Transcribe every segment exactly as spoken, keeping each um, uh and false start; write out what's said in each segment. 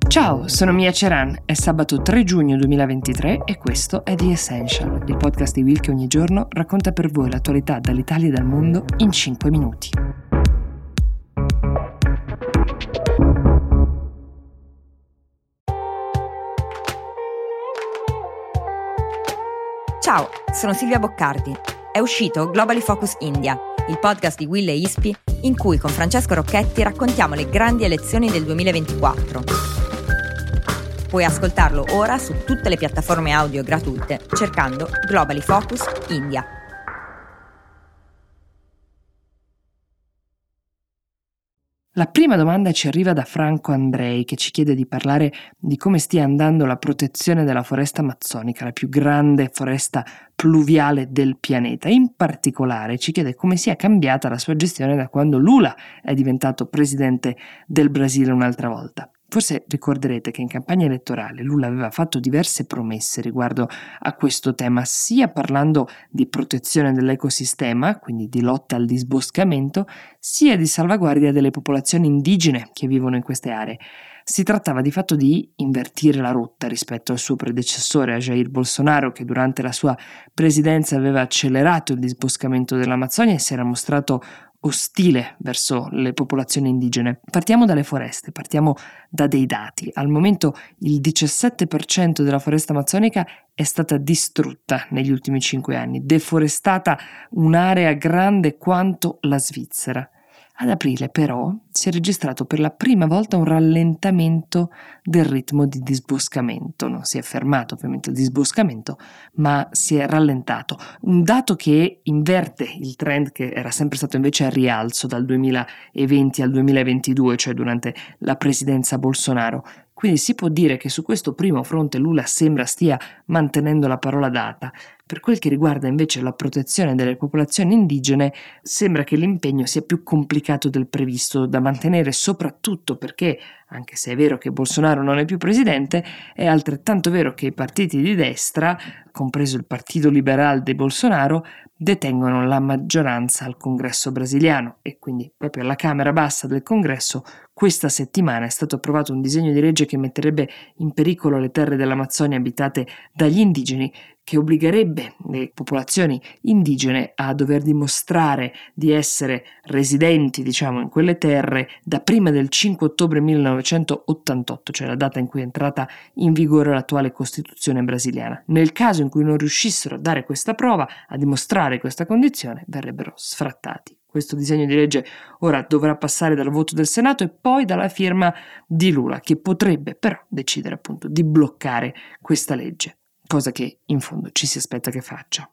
Ciao, sono Mia Ceran, è sabato tre giugno duemilaventitré e questo è The Essential, il podcast di Will che ogni giorno racconta per voi l'attualità dall'Italia e dal mondo in cinque minuti. Ciao, sono Silvia Boccardi. È uscito Globally Focus India, il podcast di Will e Ispi, in cui con Francesco Rocchetti raccontiamo le grandi elezioni del duemilaventiquattro. Puoi ascoltarlo ora su tutte le piattaforme audio gratuite cercando Globally Focus India. La prima domanda ci arriva da Franco Andrei, che ci chiede di parlare di come stia andando la protezione della foresta amazzonica, la più grande foresta pluviale del pianeta. In particolare ci chiede come sia cambiata la sua gestione da quando Lula è diventato presidente del Brasile un'altra volta. Forse ricorderete che in campagna elettorale Lula aveva fatto diverse promesse riguardo a questo tema, sia parlando di protezione dell'ecosistema, quindi di lotta al disboscamento, sia di salvaguardia delle popolazioni indigene che vivono in queste aree. Si trattava di fatto di invertire la rotta rispetto al suo predecessore, a Jair Bolsonaro, che durante la sua presidenza aveva accelerato il disboscamento dell'Amazzonia e si era mostrato ostile verso le popolazioni indigene. Partiamo dalle foreste, partiamo da dei dati. Al momento il diciassette per cento della foresta amazzonica è stata distrutta negli ultimi cinque anni, deforestata un'area grande quanto la Svizzera. Ad aprile però si è registrato per la prima volta un rallentamento del ritmo di disboscamento. Non si è fermato ovviamente il disboscamento, ma si è rallentato. Un dato che inverte il trend che era sempre stato invece a rialzo dal duemilaventi al duemilaventidue, cioè durante la presidenza Bolsonaro. Quindi si può dire che su questo primo fronte Lula sembra stia mantenendo la parola data. Per quel che riguarda invece la protezione delle popolazioni indigene, sembra che l'impegno sia più complicato del previsto da mantenere, soprattutto perché, anche se è vero che Bolsonaro non è più presidente, è altrettanto vero che i partiti di destra, compreso il Partito Liberal de Bolsonaro, detengono la maggioranza al Congresso brasiliano e quindi proprio alla Camera Bassa del Congresso questa settimana è stato approvato un disegno di legge che metterebbe in pericolo le terre dell'Amazzonia abitate dagli indigeni, che obbligherebbe le popolazioni indigene a dover dimostrare di essere residenti, diciamo, in quelle terre da prima del cinque ottobre millenovecentottantotto, cioè la data in cui è entrata in vigore l'attuale Costituzione brasiliana. Nel caso in cui non riuscissero a dare questa prova, a dimostrare questa condizione, verrebbero sfrattati. Questo disegno di legge ora dovrà passare dal voto del Senato e poi dalla firma di Lula, che potrebbe però decidere appunto di bloccare questa legge, cosa che in fondo ci si aspetta che faccia.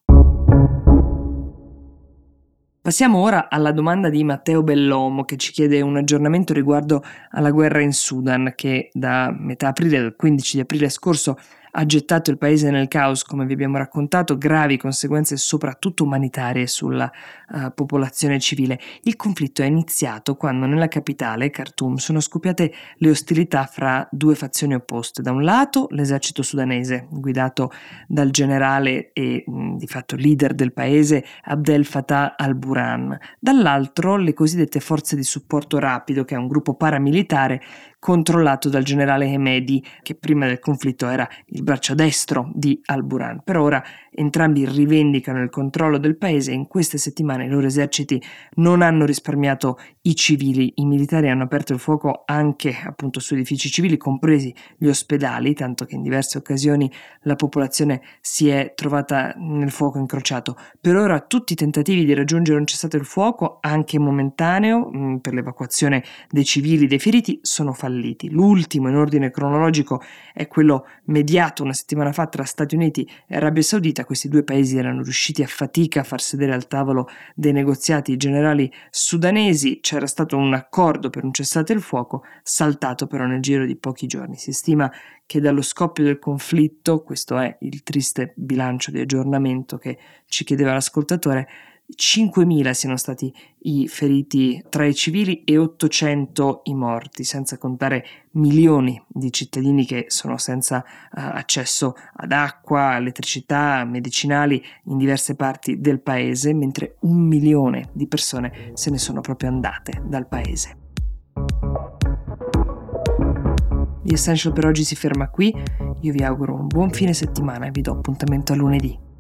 Passiamo ora alla domanda di Matteo Bellomo, che ci chiede un aggiornamento riguardo alla guerra in Sudan, che da metà aprile, dal quindici di aprile scorso, ha gettato il paese nel caos, come vi abbiamo raccontato, gravi conseguenze soprattutto umanitarie sulla uh, popolazione civile. Il conflitto è iniziato quando nella capitale, Khartoum, sono scoppiate le ostilità fra due fazioni opposte. Da un lato l'esercito sudanese, guidato dal generale e mh, di fatto leader del paese Abdel Fattah al-Burhan, dall'altro le cosiddette forze di supporto rapido, che è un gruppo paramilitare controllato dal generale Hemedi, che prima del conflitto era il braccio destro di al-Burhan. Per ora entrambi rivendicano il controllo del paese e in queste settimane i loro eserciti non hanno risparmiato i civili. I militari hanno aperto il fuoco anche appunto su edifici civili, compresi gli ospedali, tanto che in diverse occasioni la popolazione si è trovata nel fuoco incrociato. Per ora tutti i tentativi di raggiungere un cessate il fuoco, anche momentaneo, mh, per l'evacuazione dei civili e dei feriti, sono falliti. L'ultimo in ordine cronologico è quello mediato una settimana fa tra Stati Uniti e Arabia Saudita. Questi due paesi erano riusciti a fatica a far sedere al tavolo dei negoziati i generali sudanesi. C'era stato un accordo per un cessate il fuoco, saltato però nel giro di pochi giorni. Si stima che dallo scoppio del conflitto, questo è il triste bilancio di aggiornamento che ci chiedeva l'ascoltatore, cinquemila siano stati i feriti tra i civili e ottocento i morti, senza contare milioni di cittadini che sono senza uh, accesso ad acqua, elettricità, medicinali in diverse parti del paese, mentre un milione di persone se ne sono proprio andate dal paese. The Essential per oggi si ferma qui, io vi auguro un buon fine settimana e vi do appuntamento a lunedì.